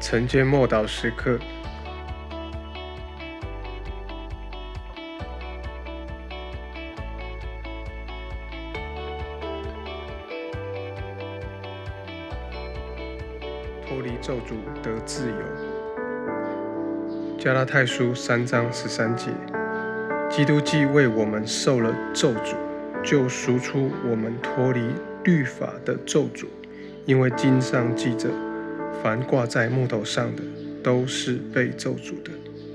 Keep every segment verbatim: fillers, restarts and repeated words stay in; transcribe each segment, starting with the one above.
晨间默祷时刻，脱离咒诅得自由。加拉太书三章十三节，基督既为我们受了咒诅，就赎出我们脱离律法的咒诅，因为经上记着，凡挂在木头上的，都是被咒诅的。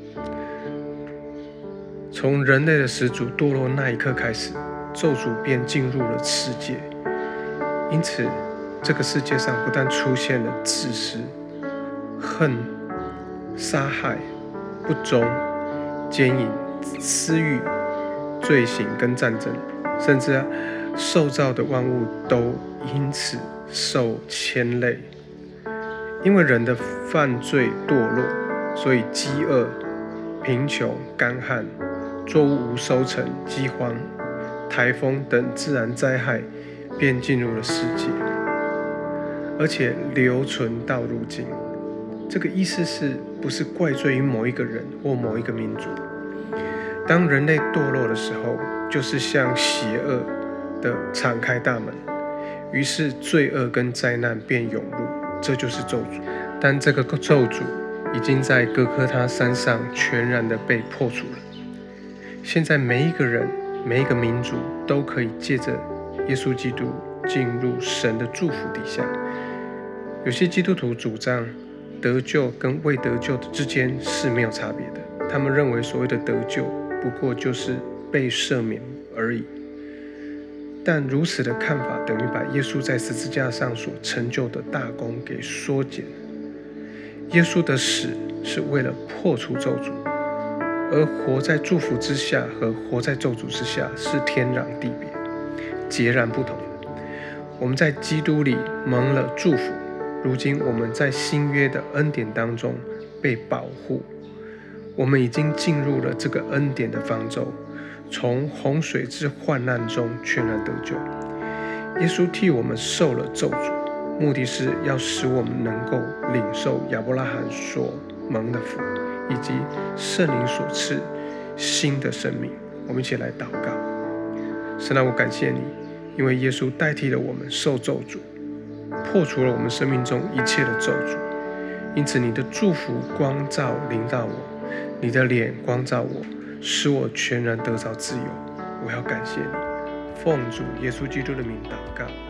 从人类的始祖堕落那一刻开始，咒诅便进入了世界。因此，这个世界上不但出现了自私、恨、杀害、不忠、奸淫、私欲、罪行跟战争，甚至啊，受造的万物都因此受牵累。因为人的犯罪堕落，所以饥饿、贫穷、干旱、作物无收成、饥荒、台风等自然灾害便进入了世界，而且留存到如今。这个意思是不是怪罪于某一个人或某一个民族？当人类堕落的时候，就是向邪恶的敞开大门，于是罪恶跟灾难便涌入，这就是咒诅。但这个咒诅已经在哥哥他山上全然的被破除了。现在每一个人、每一个民族都可以借着耶稣基督进入神的祝福底下。有些基督徒主张得救跟未得救之间是没有差别的，他们认为所谓的得救不过就是被赦免而已。但如此的看法等于把耶稣在十字架上所成就的大功给缩减。耶稣的死是为了破除咒诅，而活在祝福之下和活在咒诅之下是天壤地别，截然不同的。我们在基督里蒙了祝福，如今我们在新约的恩典当中被保护，我们已经进入了这个恩典的方舟，从洪水之患难中全然得救。耶稣替我们受了咒诅，目的是要使我们能够领受亚伯拉罕所蒙的福，以及圣灵所赐新的生命。我们一起来祷告。神啊，我感谢你，因为耶稣代替了我们受咒诅，破除了我们生命中一切的咒诅。因此你的祝福光照临到我，你的脸光照我，使我全然得着自由。我要感谢你，奉主耶稣基督的名祷告。